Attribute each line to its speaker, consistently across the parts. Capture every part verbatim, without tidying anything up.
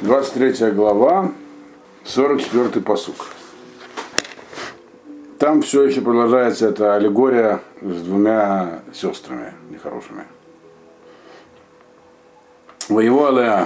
Speaker 1: двадцать третья глава, сорок четвёртый пасук. Там все еще продолжается эта аллегория с двумя сестрами нехорошими. Воевала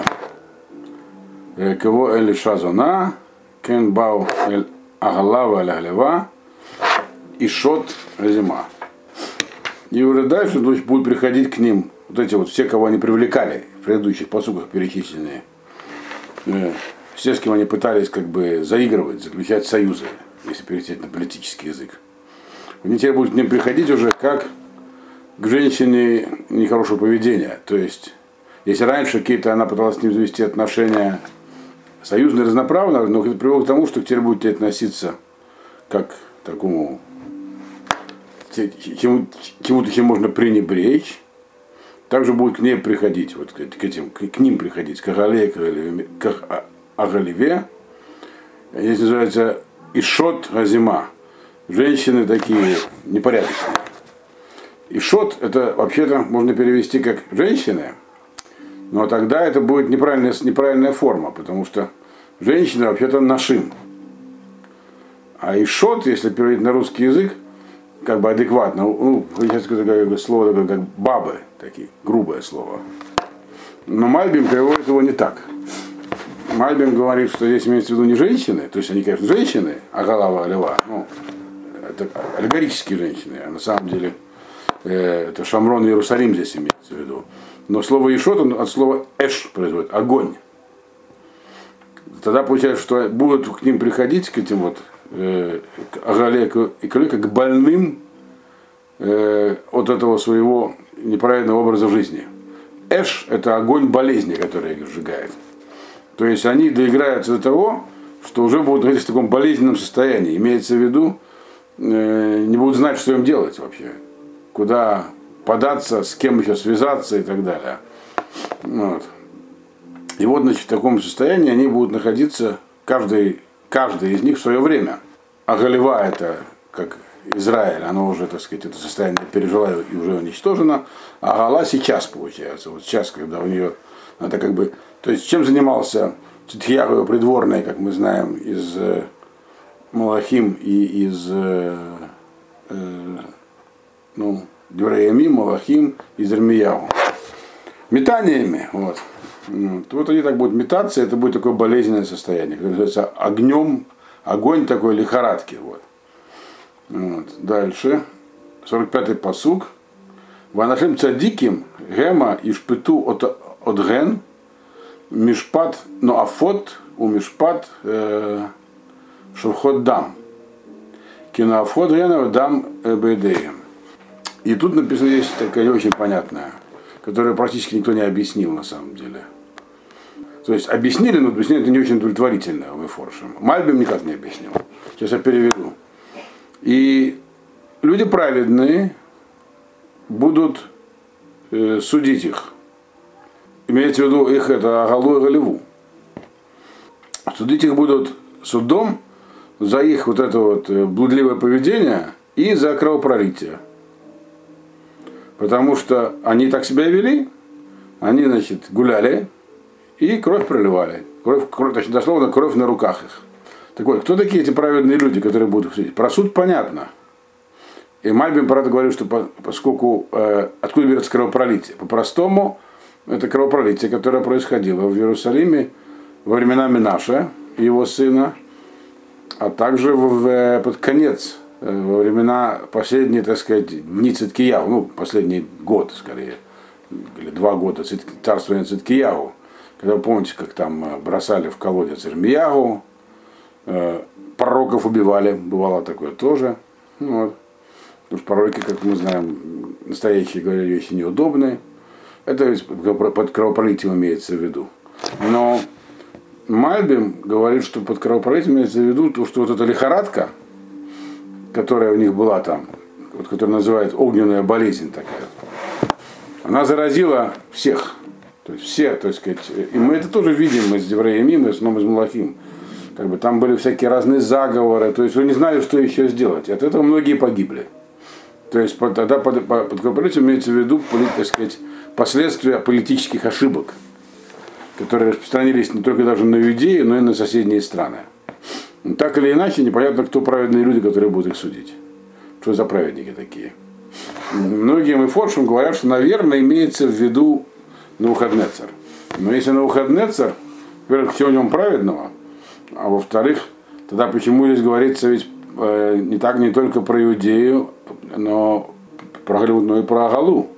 Speaker 1: кого эль шазона, кен бау эль агалава эль аглева и шот зима. И уже дальше будут приходить к ним вот эти вот все, кого они привлекали в предыдущих пасуках перечисленные. Все, с кем они пытались как бы заигрывать, заключать союзы, если перейти на политический язык. Они теперь будут к ним приходить уже как к женщине нехорошего поведения. То есть, если раньше какие-то она пыталась с ним завести отношения союзные, разноправные, но это привело к тому, что теперь будете относиться как к такому чему-то, чем можно пренебречь. Также будет к ней приходить, вот к этим, к ним приходить, к Агале, к Агаливе. Здесь называется Ишот Газима. Женщины такие непорядочные. Ишот это вообще-то можно перевести как женщины, но тогда это будет неправильная, неправильная форма, потому что женщина вообще-то нашим. А Ишот, если переводить на русский язык, как бы адекватно, ну, сейчас такое слово такое, как бабы, такие, грубое слово. Но Мальбим переводит его не так. Мальбим говорит, что здесь имеется в виду не женщины, то есть они, конечно, женщины, а голова олева, ну, это аллегорические женщины, а на самом деле э, это Шамрон и Иерусалим здесь имеется в виду. Но слово Ишот от слова эш производит, огонь. Тогда получается, что будут к ним приходить, к этим вот э, к Агале и Калека, к больным э, от этого своего неправильного образа жизни. Эш это огонь болезни, который их сжигает. То есть они доиграются до того, что уже будут находиться в таком болезненном состоянии. Имеется в виду, э, не будут знать, что им делать вообще. Куда податься, с кем еще связаться и так далее. Вот. И вот, значит, в таком состоянии они будут находиться, каждый, каждый из них в свое время. А Галева это, как Израиль, оно уже, так сказать, это состояние пережило и уже уничтожено. А Гала сейчас, получается, вот сейчас, когда у нее, это как бы, то есть чем занимался Циткияу придворный, как мы знаем, из э, Малахим и из э, э, ну, Дюреями, Малахим, из Ирмияу. Метаниями, вот. Вот. Вот они так будут метаться, это будет такое болезненное состояние, которое называется огнем, огонь такой лихорадки. Вот. Вот. Дальше, сорок пятый пасук. Ванашим цадиким гема ишпету от ген мишпат но афот у мишпат шурхот дам. Киноафот гена дам бедеем. И тут написано есть такая очень понятная, которую практически никто не объяснил на самом деле. То есть объяснили, но объяснили это не очень удовлетворительно в Мефоршем. Мальбим никак не объяснил. Сейчас я переведу. И люди праведные будут э, судить их. Имеется в виду их это Агалу и Галеву. Судить их будут судом за их вот это вот блудливое поведение и за кровопролитие. Потому что они так себя вели, они, значит, гуляли и кровь проливали. Кровь, кровь, точнее, дословно, кровь на руках их. Так вот, кто такие эти праведные люди, которые будут судить? Про суд понятно. И Мальбим, правда, говорит, что по, поскольку, э, откуда берется кровопролитие? По-простому, это кровопролитие, которое происходило в Иерусалиме во времена Менаше, его сына, а также в, в, под конец, во времена последние, так сказать, дни Циткияу, ну, последний год, скорее, или два года царствования Циткияу, когда вы помните, как там бросали в колодец Ирмиягу, э, пророков убивали, бывало такое тоже. Вот. Потому что пророки, как мы знаем, настоящие говорили вещи неудобные. Это под кровопролитием имеется в виду. Но Мальбим говорит, что под кровопролитием имеется в виду то, что вот эта лихорадка, которая у них была там, вот, которая называют огненная болезнь такая, она заразила всех. То есть все, так сказать, и мы это тоже видим из Девреямим, в основном из Малахим. Как бы там были всякие разные заговоры, то есть вы не знали, что еще сделать. И от этого многие погибли. То есть тогда под, под кровопролитием имеется в виду, так сказать, последствия политических ошибок. которые распространились не только даже на Иудею, но и на соседние страны. Но так или иначе, непонятно, кто праведные люди, которые будут их судить. Что за праведники такие? Многие мифоршим говорят, что, наверное, имеется в виду Навуходоносор. Но если Навуходоносор, во-первых, все в нем праведного, а во-вторых, тогда почему здесь говорится ведь э, не так не только про Иудею, но, про, но и про Агалу.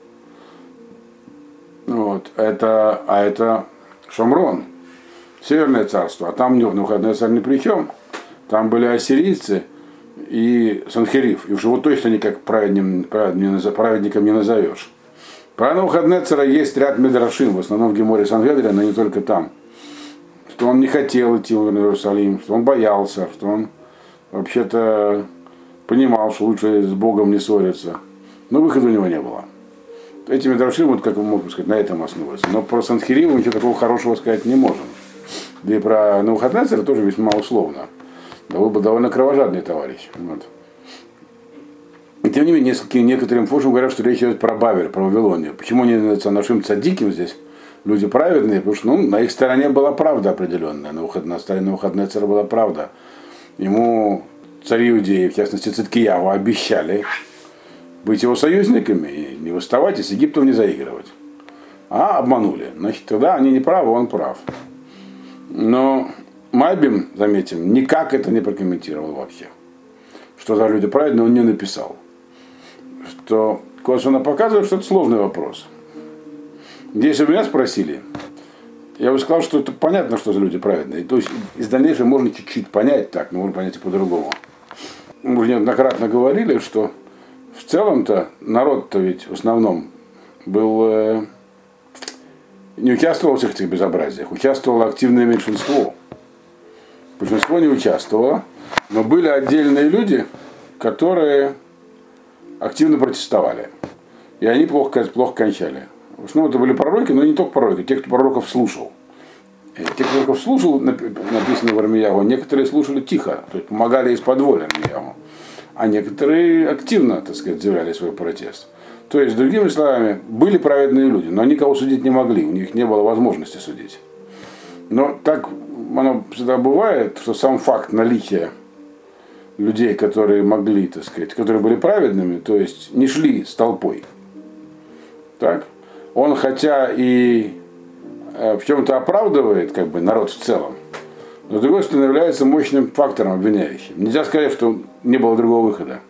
Speaker 1: Вот, это, а это Шомрон, Северное царство, а там Навуходоносор ни при чем. Там были ассирийцы и Санхериф, и уж его точно никак праведником, праведником не назовешь. Про Навуходоносора есть ряд мидрашим, в основном в Геморе Сангедрине, но не только там. Что он не хотел идти в Иерусалим, что он боялся, что он вообще-то понимал, что лучше с Богом не ссориться. Но выхода у него не было. Эти мидрашим, вот как мы можем сказать, на этом основываются. Но про Санхерима ничего такого хорошего сказать не можем. Да и про Навуходоносора тоже весьма условно. Да был бы довольно кровожадный товарищ. Вот. И тем не менее, несколько, некоторым фошам говорят, что речь идет про Бавель, про Вавилонию. Почему они называются нашим цадиким здесь? Люди праведные, потому что ну, на их стороне была правда определенная. На, выход, на стороне Навуходоносора была правда. Ему цари Иудеи, в частности Циткияву, обещали быть его союзниками и не выставать, и с Египтом не заигрывать. А обманули. Значит, тогда они не правы, он прав. Но Мальбим, заметим, никак это не прокомментировал вообще. Что за люди праведные, он не написал. Что косвенно показывает, что это сложный вопрос. Если бы меня спросили, я бы сказал, что это понятно, что за люди праведные. То есть из дальнейшего можно чуть-чуть понять так, но можно понять и по-другому. Мы уже неоднократно говорили, что в целом-то народ-то ведь в основном был, э, не участвовал в всех этих безобразиях, участвовало активное меньшинство. Большинство не участвовало, но были отдельные люди, которые активно протестовали. И они плохо, плохо кончали. В основном это были пророки, но не только пророки, те, кто пророков слушал. И те, кто пророков слушал, написано в Ирмиягу, некоторые слушали тихо, то есть помогали из-под воли Ирмиягу. А некоторые активно, так сказать, заявляли свой протест. То есть, другими словами, были праведные люди, но они никого судить не могли, у них не было возможности судить. Но так оно всегда бывает, что сам факт наличия людей, которые могли, так сказать, которые были праведными, то есть не шли с толпой. Так? Он хотя и в чем-то оправдывает как бы, народ в целом, но с другой стороны является мощным фактором обвиняющим. Нельзя сказать, что не было другого выхода.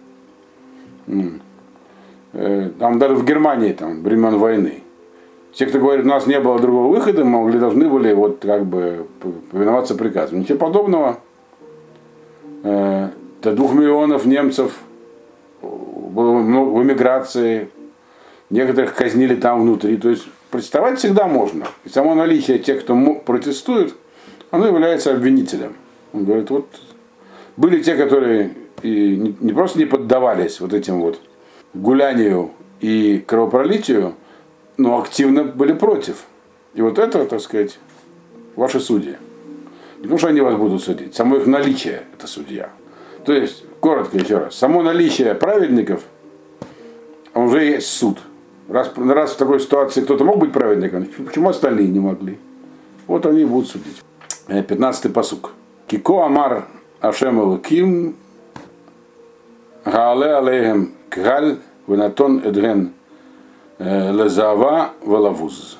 Speaker 1: Там даже в Германии там, времен войны. Те, кто говорит, у нас не было другого выхода, мы могли, должны были вот, как бы, повиноваться приказам. Ничего подобного. До двух миллионов немцев было в эмиграции. Некоторых казнили там внутри. То есть протестовать всегда можно. И само наличие тех, кто протестует, оно является обвинителем. Он говорит, вот были те, которые и не просто не поддавались вот этим вот гулянию и кровопролитию, но активно были против. И вот это, так сказать, ваши судьи. Не потому что они вас будут судить, само их наличие – это судья. То есть, коротко еще раз, само наличие праведников уже есть суд. Раз, раз в такой ситуации кто-то мог быть праведником, почему остальные не могли? Вот они будут судить. Пятнадцатый пасук. Кико амар Ашем Элоким Гаале алейхем кгаль венатон эдген лезава велавуз.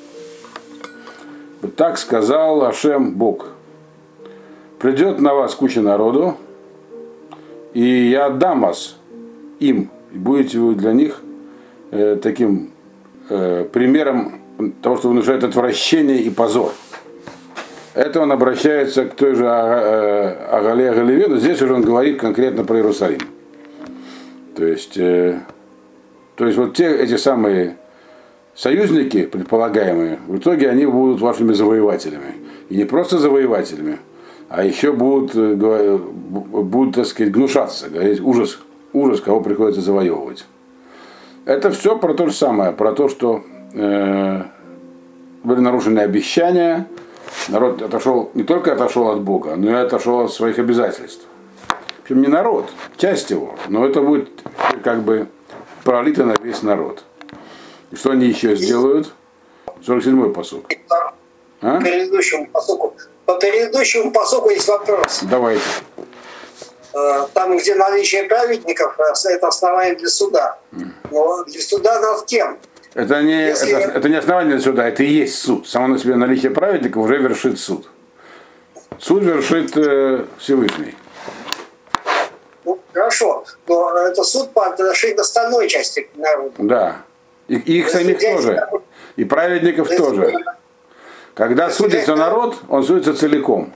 Speaker 1: Так сказал Ашем Бог. Придет на вас куча народу, и я отдам вас им, и будете вы для них э, таким э, примером того, что внушает отвращение и позор. Это он обращается к той же Агале Агалеве, но здесь уже он говорит конкретно про Иерусалим. То есть, э, то есть вот те, эти самые союзники, предполагаемые, в итоге они будут вашими завоевателями. И не просто завоевателями, а еще будут, будут, так сказать, гнушаться, говорить ужас, ужас, кого приходится завоевывать. Это все про то же самое, про то, что э, были нарушены обещания, народ отошел, не только отошел от Бога, но и отошел от своих обязательств. Причем не народ, часть его, но это будет как бы пролито на весь народ. И что они еще сделают? сорок седьмой пасук. А?
Speaker 2: По предыдущему посоку. По предыдущему посоку есть вопрос.
Speaker 1: Давайте.
Speaker 2: Там, где наличие праведников, это основание для суда. Но для суда над кем?
Speaker 1: Это не,
Speaker 2: Если...
Speaker 1: это, это не основание для суда, это и есть суд. Само на себе наличие праведников уже вершит суд. Суд вершит э, Всевышний.
Speaker 2: Ну, хорошо, но это суд по отношению к остальной части народа.
Speaker 1: Да. И, и их
Speaker 2: Если
Speaker 1: самих тоже.
Speaker 2: народ...
Speaker 1: И праведников
Speaker 2: Если...
Speaker 1: тоже. Когда Если судится народ, он судится целиком.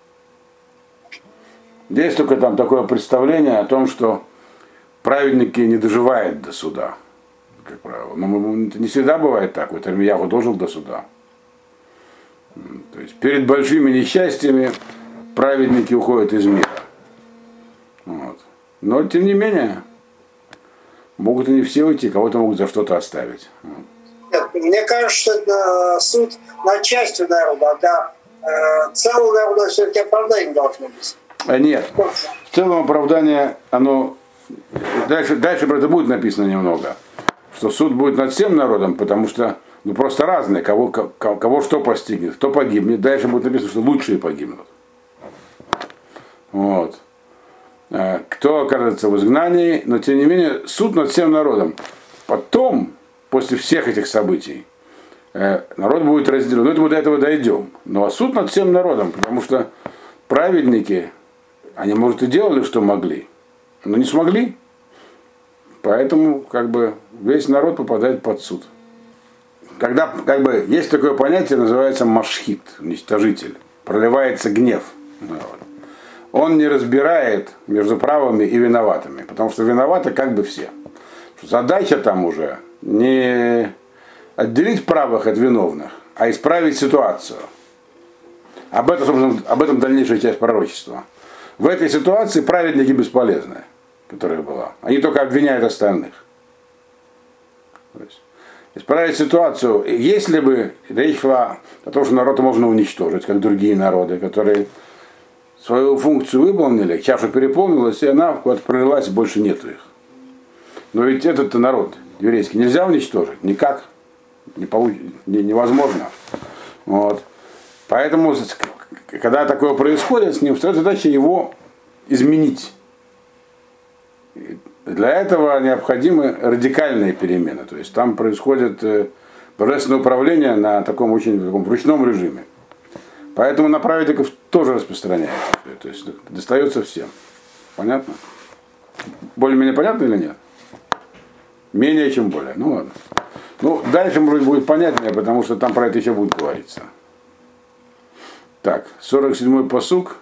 Speaker 1: Есть только там такое представление о том, что праведники не доживают до суда, как правило. Но это не всегда бывает так. Вот Ирмияху дожил до суда. То есть перед большими несчастьями праведники уходят из мира. Вот. Но тем не менее, могут и не все уйти, кого-то могут за что-то оставить.
Speaker 2: Нет, мне кажется, что это суд над частью народа, а для э, целого народа все-таки оправдание должно быть.
Speaker 1: А нет. В целом оправдание, оно дальше, дальше про это будет написано немного. Что суд будет над всем народом, потому что ну, просто разные, кого, кого, кого что постигнет, кто погибнет. Дальше будет написано, что лучшие погибнут. Вот. Кто окажется в изгнании, но тем не менее суд над всем народом. Потом, после всех этих событий, народ будет разделен. Ну, это мы до этого дойдем. Но суд над всем народом, потому что праведники, они, может, и делали, что могли, но не смогли. Поэтому, как бы, весь народ попадает под суд. Когда, как бы, есть такое понятие, называется машхит, уничтожитель. Проливается гнев. Он не разбирает между правыми и виноватыми, потому что виноваты как бы все. Задача там уже не отделить правых от виновных, а исправить ситуацию. Об этом, собственно, об этом дальнейшая часть пророчества. В этой ситуации праведники бесполезны, которая была. Они только обвиняют остальных. То есть, исправить ситуацию, если бы речь шла о том, что народ можно уничтожить, как другие народы, которые свою функцию выполнили, чаша переполнилась, и она куда-то пролилась, и больше нету их. Но ведь этот народ еврейский нельзя уничтожить, никак, не получ... не, невозможно. Вот. Поэтому, когда такое происходит, с ним стоит задача его изменить. Для этого необходимы радикальные перемены. То есть там происходит божественное управление на таком очень таком ручном режиме. Поэтому на праведников тоже распространяется. То есть достается всем. Понятно? Более-менее понятно или нет? Менее, чем более. Ну ладно. Ну, дальше, может быть, будет понятнее, потому что там про это еще будет говориться. Так, сорок седьмой пасук.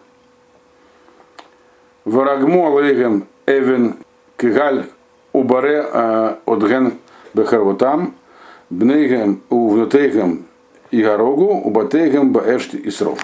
Speaker 1: Варагмо алейгем эвен кигаль убаре одген бехарвотам бнейгем увнутейгем и горогу убатейгем баэшти и срок.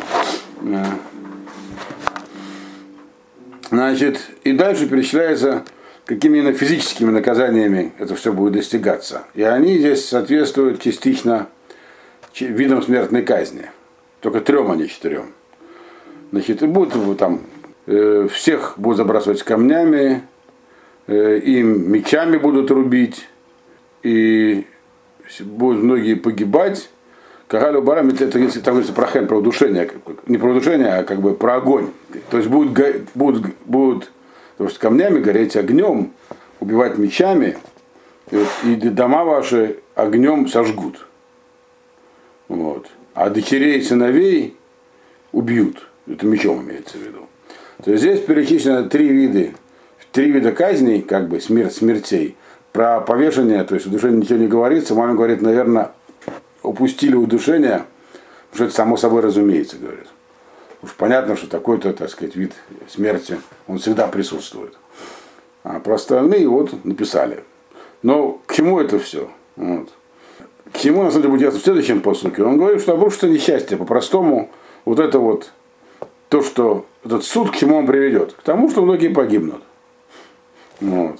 Speaker 1: Значит, и дальше перечисляется, какими именно физическими наказаниями это все будет достигаться. И они здесь соответствуют частично видам смертной казни. Только трем, а не четырем. Значит, и будут там, э, всех будут забрасывать камнями, э, им мечами будут рубить, и будут многие погибать. Кагалю барам, это если там говорится про хен, про удушение, не про удушение, а как бы про огонь. То есть будут, будут, будут то есть камнями гореть огнем, убивать мечами, и, вот, и дома ваши огнем сожгут. Вот. А дочерей и сыновей убьют. Это мечом имеется в виду. То есть здесь перечислено три вида, три вида казней, как бы смерть, смертей. Про повешение, то есть удушение ничего не говорится. Мама говорит, наверное, упустили удушение, потому что это само собой разумеется, говорит. Уж понятно, что такой-то, так сказать, вид смерти, он всегда присутствует. А про остальные вот написали. Но к чему это все? Вот. К чему, на самом деле, будет ясно в следующем посуке? Он говорит, что обрушится несчастье. По-простому, вот это вот, то, что этот суд, к чему он приведет? К тому, что многие погибнут. Вот.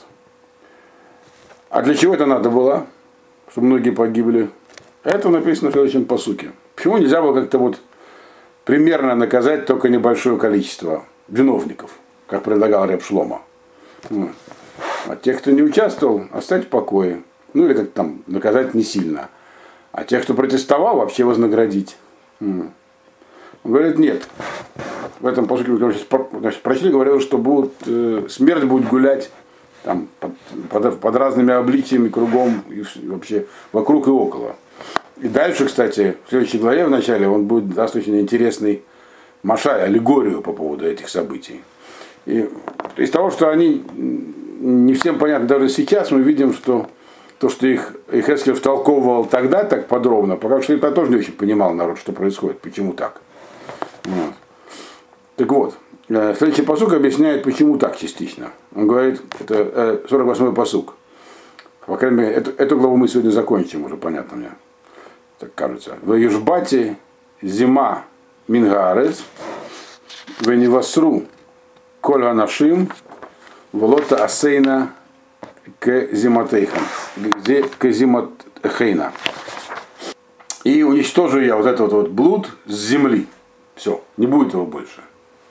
Speaker 1: А для чего это надо было? Чтобы многие погибли? Это написано в следующем посуке. Почему нельзя было как-то вот примерно наказать только небольшое количество виновников, как предлагал Реб Шломо? Вот. А тех, кто не участвовал, оставить в покое. Ну или как там, наказать не сильно. А тех, кто протестовал, вообще вознаградить. Он говорит, нет. В этом посуке, значит, прочли, говорил, что будут, э, смерть будет гулять там, под, под, под разными обличиями кругом, и вообще вокруг и около. И дальше, кстати, в следующей главе в начале он будет достаточно интересный машаль, аллегорию по поводу этих событий. И из того, что они не всем понятны даже сейчас, мы видим, что то, что их Йехескель втолковывал тогда так подробно, пока что я тоже не очень понимал народ, что происходит, почему так. Вот. Так вот, следующий пасук объясняет, почему так частично. Он говорит, это сорок восьмой пасук. По крайней мере, эту, эту главу мы сегодня закончим, уже понятно мне. Так кажется. В Южбате зима мингаарец, в Невасру коль анашим, волота асейна к зиматейхам, где к зиматейхейна. И уничтожу я вот этот вот блуд с земли. Все, не будет его больше.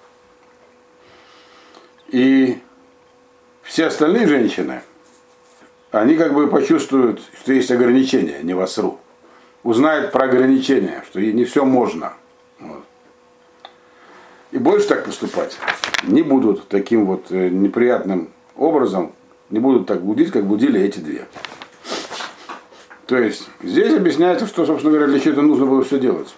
Speaker 1: И все остальные женщины, они как бы почувствуют, что есть ограничения, не восру. Узнают про ограничения, что не все можно. Вот. И больше так поступать не будут таким вот неприятным образом, не будут так блудить, как блудили эти две. То есть здесь объясняется, что, собственно говоря, для чего это нужно было все делать.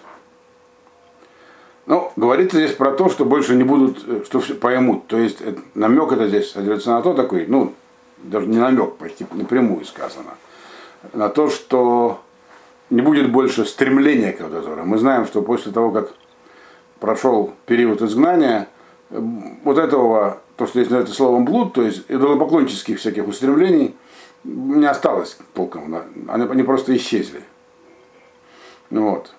Speaker 1: Ну, говорится здесь про то, что больше не будут, что все поймут. То есть это, намек это здесь содержится на то такой, ну, даже не намек, почти напрямую сказано, на то, что не будет больше стремления к дозору. Мы знаем, что после того, как прошел период изгнания, вот этого, то, что здесь называется словом блуд, то есть идолопоклонческих всяких устремлений, не осталось толком. Они, они просто исчезли. Вот.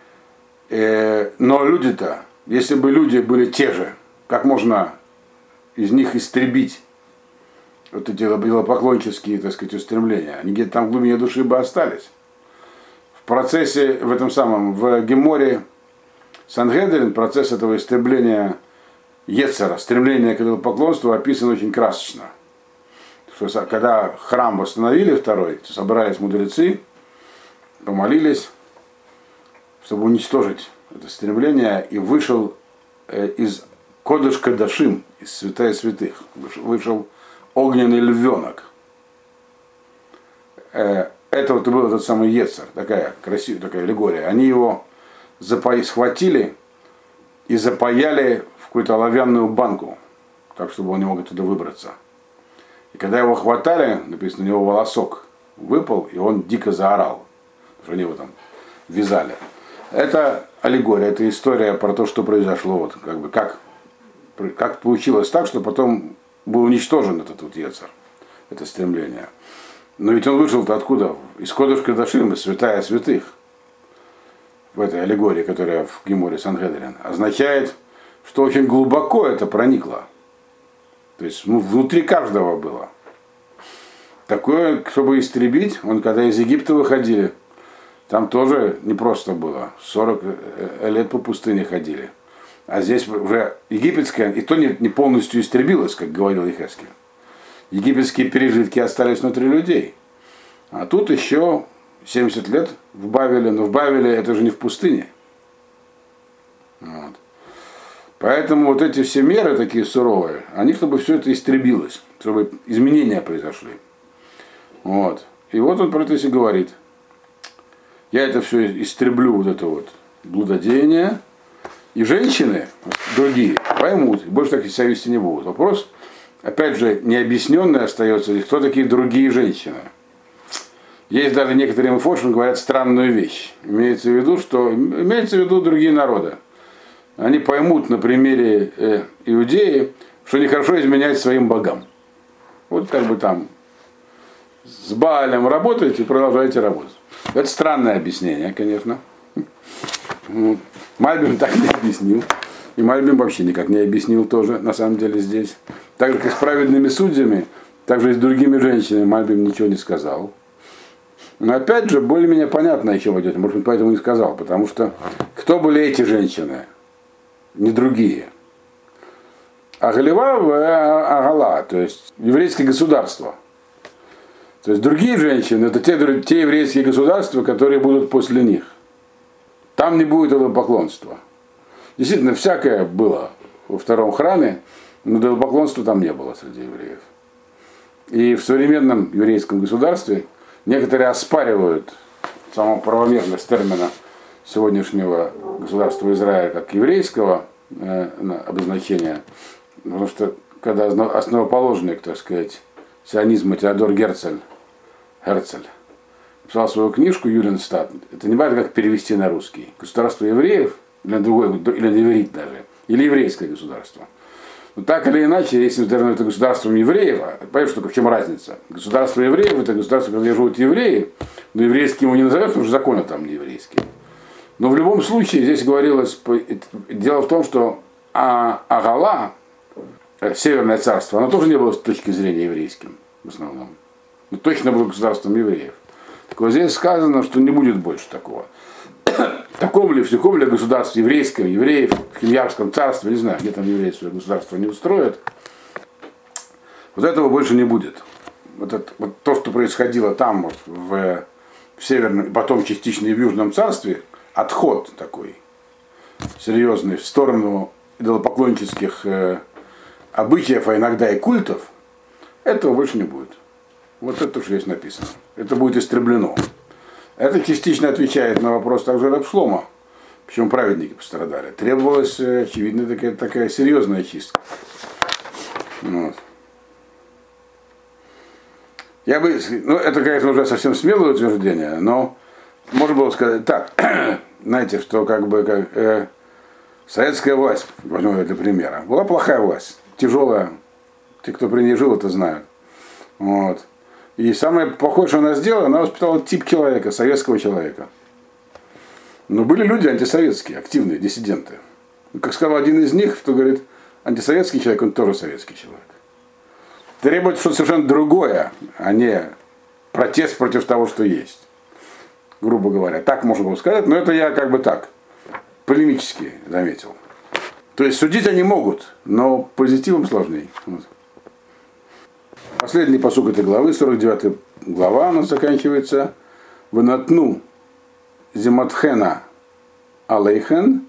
Speaker 1: Но люди-то, если бы люди были те же, как можно из них истребить вот эти идолопоклонческие, так сказать, устремления? Они где-то там в глубине души бы остались. В процессе, в этом самом, в Геморе Сангедрин, процесс этого истребления Ецера, стремления к идолопоклонству описан очень красочно. Что, когда храм восстановили второй, собрались мудрецы, помолились, чтобы уничтожить это стремление, и вышел э, из Кодеш Кадашим, из святая святых, вышел огненный львенок. Э, это вот и был этот самый Ецер, такая красивая такая аллегория. Они его запа- схватили и запаяли в какую-то оловянную банку, так, чтобы он не мог оттуда выбраться. И когда его хватали, написано, у него волосок выпал, и он дико заорал, потому что они его там вязали. Это аллегория, это история про то, что произошло, вот, как бы, как, как получилось так, что потом был уничтожен этот вот Ецер, это стремление. Но ведь он вышел-то откуда? Из Кодеш Кадашим, из святая святых, в этой аллегории, которая в Геморе Сангедрин, означает, что очень глубоко это проникло. То есть ну, внутри каждого было. Такое, чтобы истребить, он когда из Египта выходили, там тоже непросто было. сорок лет по пустыне ходили. А здесь уже египетское, и то не, не полностью истребилось, как говорил Йехескель. Египетские пережитки остались внутри людей. А тут еще семьдесят лет в Бавеле, но в Бавеле это же не в пустыне. Вот. Поэтому вот эти все меры такие суровые, они чтобы все это истребилось, чтобы изменения произошли. Вот. И вот он про это и говорит. Я это все истреблю, вот это вот блудодеяние. И женщины, другие, поймут, и больше так себя вести не будут. Вопрос, опять же, необъясненный остается, кто такие другие женщины. Есть даже некоторые мифошины говорят странную вещь. Имеется в виду, что имеется в виду другие народы. Они поймут на примере э, Иудеи, что нехорошо изменять своим богам. Вот как бы там с Баалем работаете и продолжаете работать. Это странное объяснение, конечно. Мальбим так не объяснил. И Мальбим вообще никак не объяснил тоже, на самом деле, здесь. Так же, как с праведными судьями, так же и с другими женщинами Мальбим ничего не сказал. Но опять же, более-менее понятно, о чем идет. Может быть, поэтому не сказал. Потому что кто были эти женщины? Не другие. Агалева в Агала, то есть еврейское государство. То есть другие женщины, это те, те еврейские государства, которые будут после них. Там не будет этого поклонства. Действительно, всякое было во втором храме, но идолопоклонства там не было среди евреев. И в современном еврейском государстве некоторые оспаривают саму правомерность термина сегодняшнего государства Израиля как еврейского э, обозначения, потому что когда основоположник, так сказать, сионизма Теодор Герцель, Герцель писал свою книжку «Юленстат», это не важно, как перевести на русский. Государство евреев, или на другой, или на иврит даже, или еврейское государство. Но так или иначе, если мы это государством евреев, понимаете, что в чем разница? Государство евреев это государство, где живут евреи, но еврейским его не назовут, потому что законы там не еврейские. Но в любом случае здесь говорилось, дело в том, что Агала, Северное царство, оно тоже не было с точки зрения еврейским в основном. Но точно было государством евреев. Так вот здесь сказано, что не будет больше такого. В таком ли, в таком ли государстве еврейском, евреев, в Химьярском царстве, не знаю, где там евреи свое государство не устроят, вот этого больше не будет. Вот, это, вот то, что происходило там, вот, в, в Северном, потом частично и в Южном царстве, отход такой серьезный в сторону идолопоклоннических э, обычаев, а иногда и культов, этого больше не будет. Вот это что здесь написано. Это будет истреблено. Это частично отвечает на вопрос также Раб Шломо, почему праведники пострадали. Требовалась, очевидно, такая, такая серьезная чистка. Вот. Я бы, ну, это, конечно, уже совсем смелое утверждение, но можно было сказать так, знаете, что как бы как, э, советская власть, возьмем для примера, была плохая власть, тяжелая. Те, кто при ней жил, это знают. Вот. И самое плохое, что она сделала, она воспитала тип человека, советского человека. Но были люди антисоветские, активные, диссиденты. Как сказал один из них, кто говорит, антисоветский человек, он тоже советский человек. Требует что-то совершенно другое, а не протест против того, что есть. Грубо говоря. Так можно было сказать, но это я как бы так, полемически заметил. То есть судить они могут, но позитивом сложнее. Вот. Последний пасук этой главы, сорок девятая глава, она заканчивается. Ванатну зиматхена алейхен,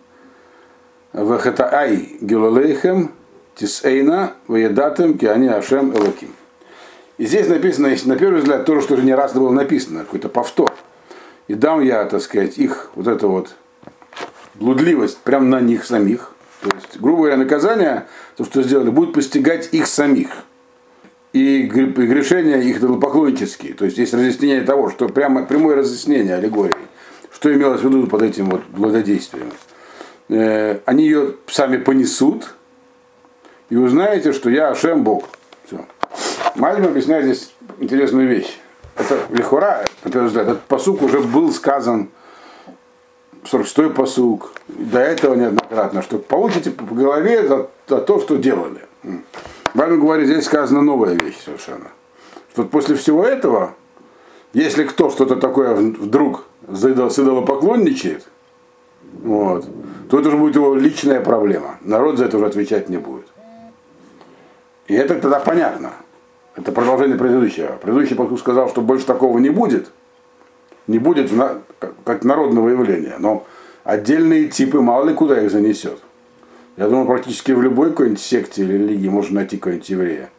Speaker 1: вахатаай гилалейхем, тисейна, ваедатем, киани ашем элоким. И здесь написано, если на первый взгляд, то, что уже не раз было написано, какой-то повтор. И дам я, так сказать, их вот эту вот блудливость прямо на них самих. То есть, грубо говоря, наказание, то, что сделали, будет постигать их самих. И грешения их идолопоклоннические. То есть есть разъяснение того, что прямо прямое разъяснение аллегории, что имелось в виду под этим вот благодействием. Э, они ее сами понесут, и узнаете, что я Ашем Бог. Все. Мальбим объясняет здесь интересную вещь. Это лихура, на первый взгляд, этот пасук уже был сказан, сорок шестой пасук, до этого неоднократно, что получите по голове за, за то, что делали. Мальбим говорит, здесь сказана новая вещь совершенно. Что после всего этого, если кто что-то такое вдруг идолопоклонничает, вот, то это уже будет его личная проблема. Народ за это уже отвечать не будет. И это тогда понятно. Это продолжение предыдущего. Предыдущий пастух сказал, что больше такого не будет. Не будет как народного явления. Но отдельные типы, мало ли куда их занесет. Я думаю, практически в любой какой-нибудь секте или религии можно найти какого-нибудь еврея.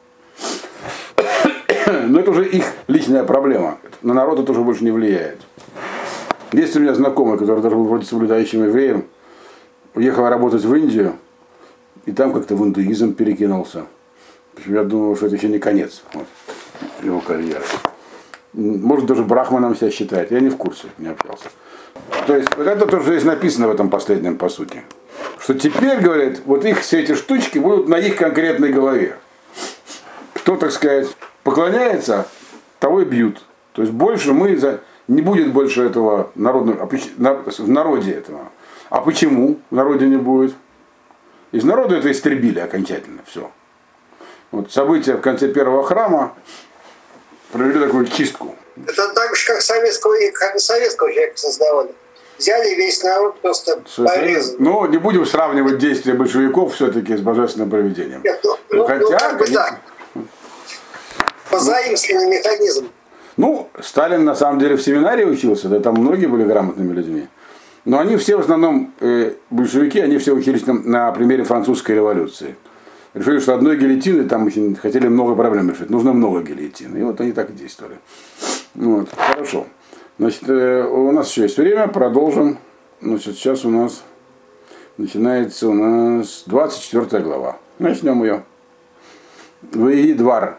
Speaker 1: Но это уже их личная проблема. На народ это уже больше не влияет. Есть у меня знакомый, который даже был вроде соблюдающим евреем, уехал работать в Индию, и там как-то в индуизм перекинулся. Я думаю, что это еще не конец вот, его карьеры. Может, даже брахманом себя считает. Я не в курсе, не общался. То есть, вот это тоже здесь написано в этом последнем посуке. Что теперь, говорят, вот их все эти штучки будут на их конкретной голове. Кто, так сказать, поклоняется, того и бьют. То есть больше мы за... не будет больше этого народного, в народе этого. А почему в народе не будет? Из народа это истребили окончательно, все. Вот события в конце первого храма провели такую чистку.
Speaker 2: Это так же, как советского, как советского человека создавали. Взяли весь народ, просто порезали.
Speaker 1: Ну, не будем сравнивать действия большевиков все-таки с божественным провидением.
Speaker 2: Нет, ну, ну,
Speaker 1: Хотя,
Speaker 2: ну, как бы
Speaker 1: конечно...
Speaker 2: так. Позаимствованный механизм.
Speaker 1: Ну, Сталин на самом деле в семинарии учился, да там многие были грамотными людьми. Но они все в основном, э, большевики, они все учились на, на примере французской революции. Решили, что одной гильотины там хотели много проблем решить. Нужно много гильотин. И вот они так и действовали. Вот, хорошо. Значит, э, у нас еще есть время, продолжим. Значит, сейчас у нас начинается у нас двадцать четвёртая глава. Начнем ее. Ваиги двар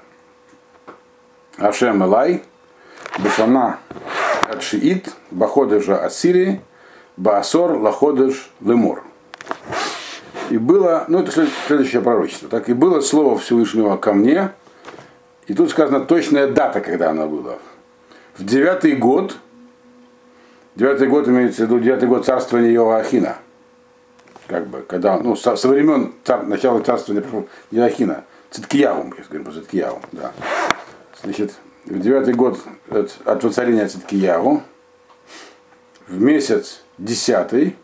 Speaker 1: Ашем Элай, Бешана Адшиит, Баходыжа Ассирии, Баасор Лаходыш Лемор. И было, ну это следующее пророчество, так и было слово Всевышнего ко мне, и тут сказана точная дата, когда оно было. В девятый год, девятый год имеется в виду девятый год царствования Иоахина, как бы, когда, ну, со, со времен цар, начала царствования Иоахина, Циткияву, я говорю по Циткияву, да. Значит, в девятый год от, от воцарения Циткияву, в месяц десятый,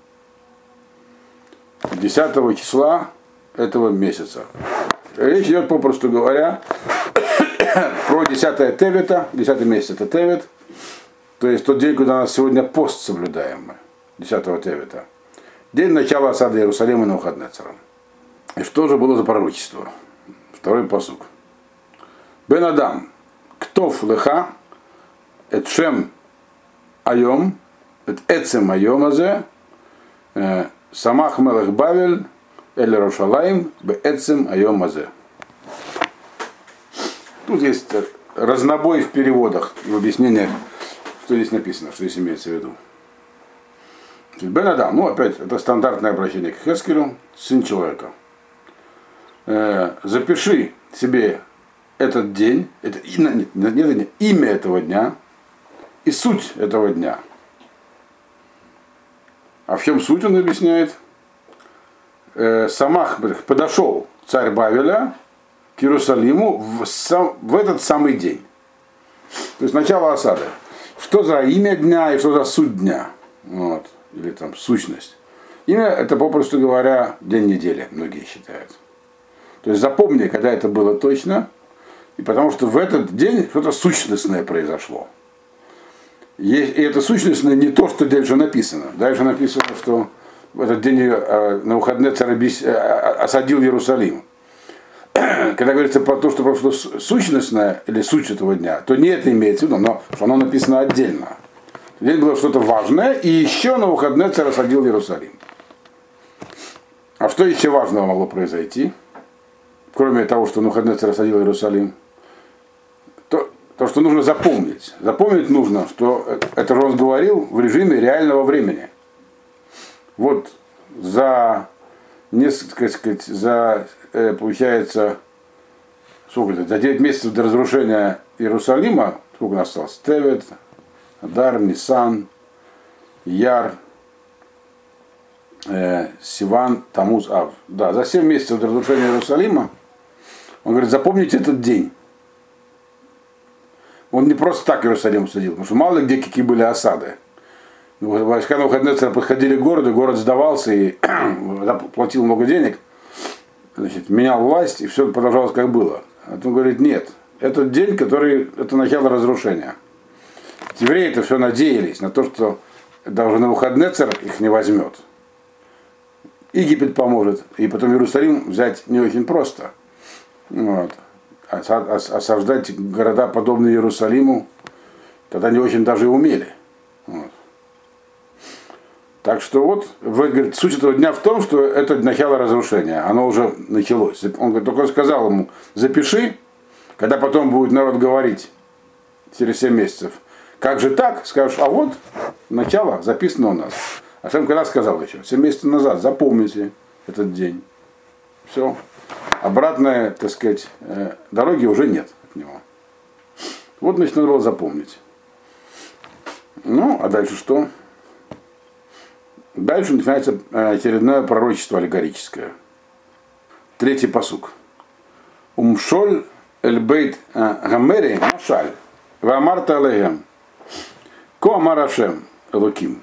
Speaker 1: десятого числа этого месяца. Речь идет, попросту говоря, про десятое Тевета, десятый месяц это Тевет, то есть тот день, когда у нас сегодня пост соблюдаем мы, десятого Тевета. День начала осады Иерусалима Навуходоносором. И что же было за пророчество? Второй пасук. Бен Адам, ктов леха, эт шем айом, эт эцем айом азе, самах мелех Бавель, эль Рошалаим, бе эцем айом азе. Тут есть разнобой в переводах и в объяснениях, что здесь написано, что здесь имеется в виду. Бен Адам, ну опять, это стандартное обращение к Хескелю, сын человека. Э, запиши себе этот день, это, нет, нет, нет, имя этого дня и суть этого дня. А в чем суть, он объясняет? Э, Самах подошел царь Бавеля к Иерусалиму в, сам, в этот самый день. То есть начало осады. Что за имя дня и что за суть дня? Вот. Или там сущность. Имя это, попросту говоря, день недели, многие считают. То есть запомни, когда это было точно, и потому что в этот день что-то сущностное произошло. И это сущностное не то, что дальше написано. Дальше написано, что в этот день Навуходоносор осадил Иерусалим. Когда говорится про то, что прошло сущностное или суть этого дня, то не это имеется в виду, но что оно написано отдельно. Здесь было что-то важное, и еще Навуходоносор осадил Иерусалим. А что еще важного могло произойти? Кроме того, что Навуходоносор осадил Иерусалим, то, то, что нужно запомнить. Запомнить нужно, что это же он говорил в режиме реального времени. Вот за несколько, сказать, за, получается, сколько это, за девять месяцев до разрушения Иерусалима, сколько у нас осталось? Тевет, Адар, Нисан, Яр, э, Сиван, Тамуз, Ав. Да, за семь месяцев до разрушения Иерусалима, он говорит, запомните этот день. Он не просто так Иерусалим судил, потому что мало где какие были осады. Войска Навуходоносора подходили к городу, город сдавался и платил много денег, значит, менял власть, и все продолжалось как было. А он говорит, нет, это день, который, это начало разрушения. Евреи-то все надеялись на то, что даже Навуходоносор их не возьмет. Египет поможет, и потом Иерусалим взять не очень просто. Вот. Осаждать города, подобные Иерусалиму, тогда не очень даже и умели. Вот. Так что вот, говорит, суть этого дня в том, что это начало разрушения, оно уже началось. Он говорит, только сказал ему, запиши, когда потом будет народ говорить через семь месяцев. Как же так? Скажешь, а вот начало записано у нас. А сам когда сказал еще, семь месяцев назад, запомните этот день. Все. Обратной, так сказать, дороги уже нет от него. Вот, значит, надо было запомнить. Ну, а дальше что? Дальше начинается очередное пророчество аллегорическое. Третий пасук. Умшоль эль-бейт гамери машаль ваамарта алейхем ко амар Ашем элоким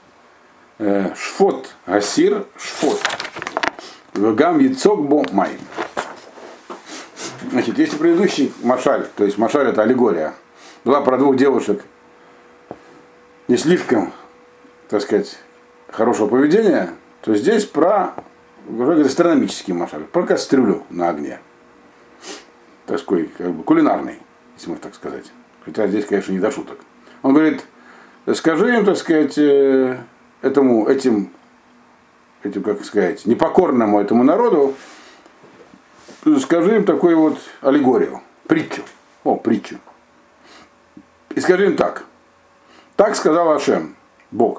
Speaker 1: шфот гасир шфот вегам яцок бо майм. Значит, если предыдущий машаль, то есть машаль это аллегория, была про двух девушек не слишком, так сказать, хорошего поведения, то здесь про гастрономический машаль, про кастрюлю на огне. Такой, как бы, кулинарный, если можно так сказать. Хотя здесь, конечно, не до шуток. Он говорит, скажи им, так сказать, этому, этим, этим, как сказать, непокорному этому народу, скажи им такую вот аллегорию, притчу. О, притчу. И скажи им так. Так сказал Ашем, Бог.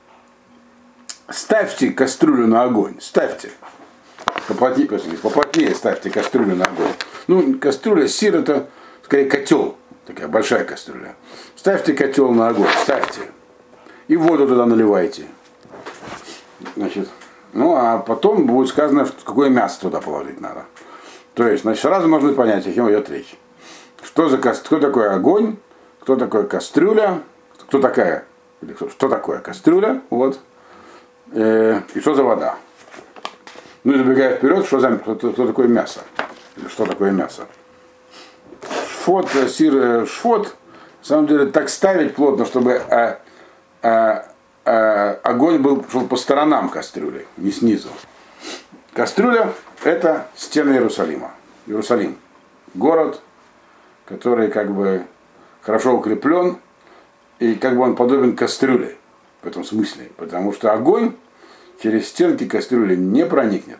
Speaker 1: Ставьте кастрюлю на огонь. Ставьте. Поплотнее, поплотнее ставьте кастрюлю на огонь. Ну, кастрюля, сир это скорее котел. Такая большая кастрюля. Ставьте котел на огонь. Ставьте. И воду туда наливайте. Значит, ну, а потом будет сказано, какое мясо туда положить надо. То есть, значит, сразу можно понять, о чем идет речь. Что, за, кто такой огонь, кто такое кастрюля, кто такая, что такое кастрюля, вот, э, и что за вода. Ну и забегая вперед, что, за, что, что такое мясо, или что такое мясо. Шфот, сир, шфот, на самом деле так ставить плотно, чтобы а, а, а, огонь был, шел по сторонам кастрюли, не снизу. Кастрюля – это стены Иерусалима. Иерусалим – город, который как бы хорошо укреплен, и как бы он подобен кастрюле в этом смысле, потому что огонь через стенки кастрюли не проникнет.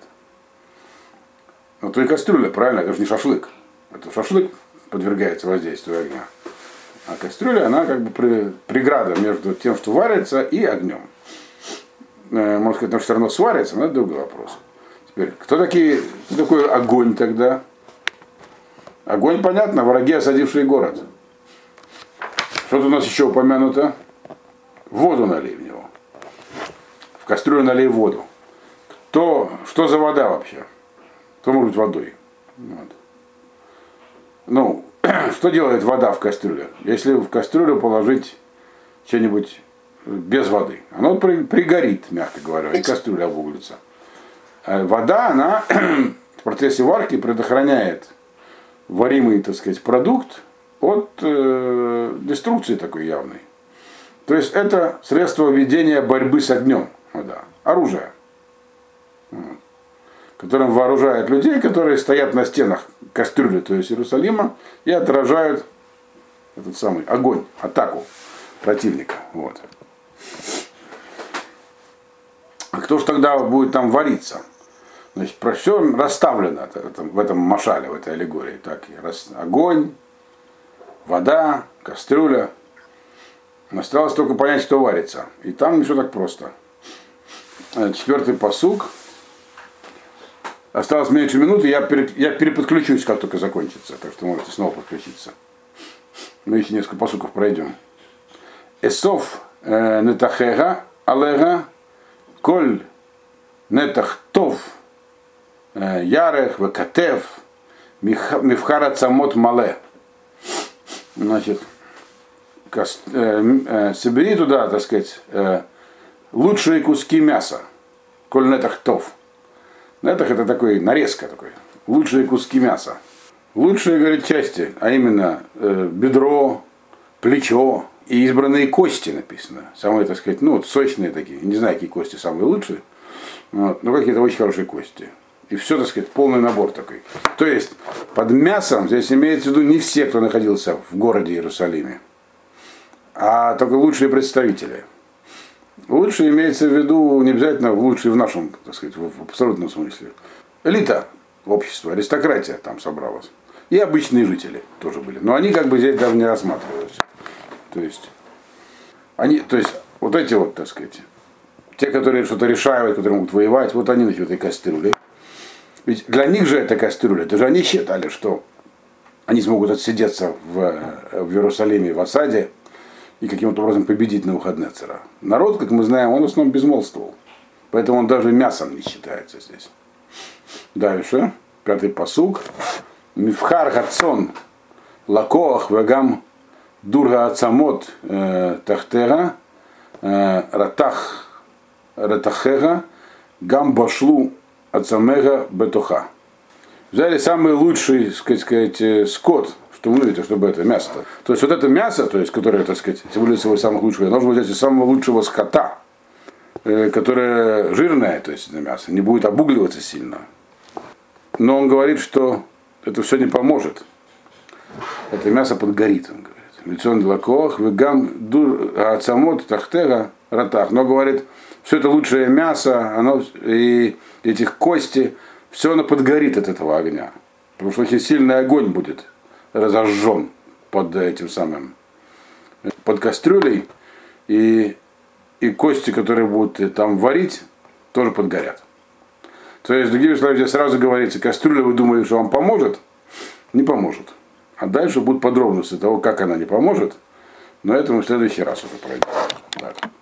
Speaker 1: Ну то и кастрюля, правильно, это же не шашлык. Это шашлык подвергается воздействию огня. А кастрюля, она как бы при, преграда между тем, что варится, и огнем. Можно сказать, что все равно сварится, но это другой вопрос. Теперь, кто такие, кто такой огонь тогда? Огонь, понятно, враги, осадившие город. Что-то у нас еще упомянуто. Воду налей в него. В кастрюлю налей воду. Кто, что за вода вообще? Кто может быть водой? Вот. Ну, что делает вода в кастрюле? Если в кастрюлю положить что-нибудь без воды, оно пригорит, мягко говоря, и кастрюля обуглится. А вода, она в процессе варки предохраняет варимый, так сказать, продукт от э, деструкции такой явной. То есть это средство ведения борьбы с огнем, вода, оружие, вот, которым вооружают людей, которые стоят на стенах кастрюли, то есть Иерусалима, и отражают этот самый огонь, атаку противника. Вот. А кто же тогда будет там вариться? Значит, про все расставлено в этом машале, в этой аллегории. Так, огонь, вода, кастрюля. Осталось только понять, что варится. И там не все так просто. Четвертый пасук. Осталось меньше минуты, я, пере, я переподключусь, как только закончится. Так что можете снова подключиться. Мы еще несколько пасуков пройдем. Эсов э, нетахега алега коль нетах тов ярех векатев мифхара цамот мале. Значит, каст, э, э, собери туда, так сказать, э, лучшие куски мяса. Коль нетах тов. Нетах это такой нарезка такой. Лучшие куски мяса. Лучшие, говорит, части, а именно э, бедро, плечо и избранные кости написано. Самые, так сказать, ну вот сочные такие. Не знаю, какие кости самые лучшие. Вот, но какие-то очень хорошие кости. И все, так сказать, полный набор такой. То есть под мясом здесь имеется в виду не все, кто находился в городе Иерусалиме, а только лучшие представители. Лучшие имеется в виду не обязательно лучшие в нашем, так сказать, в абсолютном смысле. Элита общества, аристократия там собралась. И обычные жители тоже были. Но они как бы здесь даже не рассматриваются. То есть, они, то есть вот эти вот, так сказать, те, которые что-то решают, которые могут воевать, вот они в этой кастрюле. Ведь для них же эта кастрюля, это же они считали, что они смогут отсидеться в, в Иерусалиме в осаде и каким-то образом победить Навуходоносора. Народ, как мы знаем, он в основном безмолвствовал. Поэтому он даже мясом не считается здесь. Дальше, пятый пасук. Мифхар гацон лакоах вегам дурга ацамот тахтера ратах ратахега гам башлу ацамега бетуха. Взяли самый лучший, так сказать, скот, что вы видите, чтобы это мясо. То есть вот это мясо, то есть, которое, так сказать, символизирует самых лучших, нужно взять из самого лучшего скота. э, которое жирное, то есть это мясо, не будет обугливаться сильно. Но он говорит, что это все не поможет. Это мясо подгорит, он говорит. Лицон лакох, вегам дур ацамот тахтера ратах. Но говорит, все это лучшее мясо, оно и этих кости, все оно подгорит от этого огня. Потому что очень сильный огонь будет разожжен под этим самым, под кастрюлей, и, и кости, которые будут там варить, тоже подгорят. То есть, другими словами, здесь сразу говорится, кастрюля, вы думали, что вам поможет? Не поможет. А дальше будут подробности того, как она не поможет, но это мы в следующий раз уже пройдем.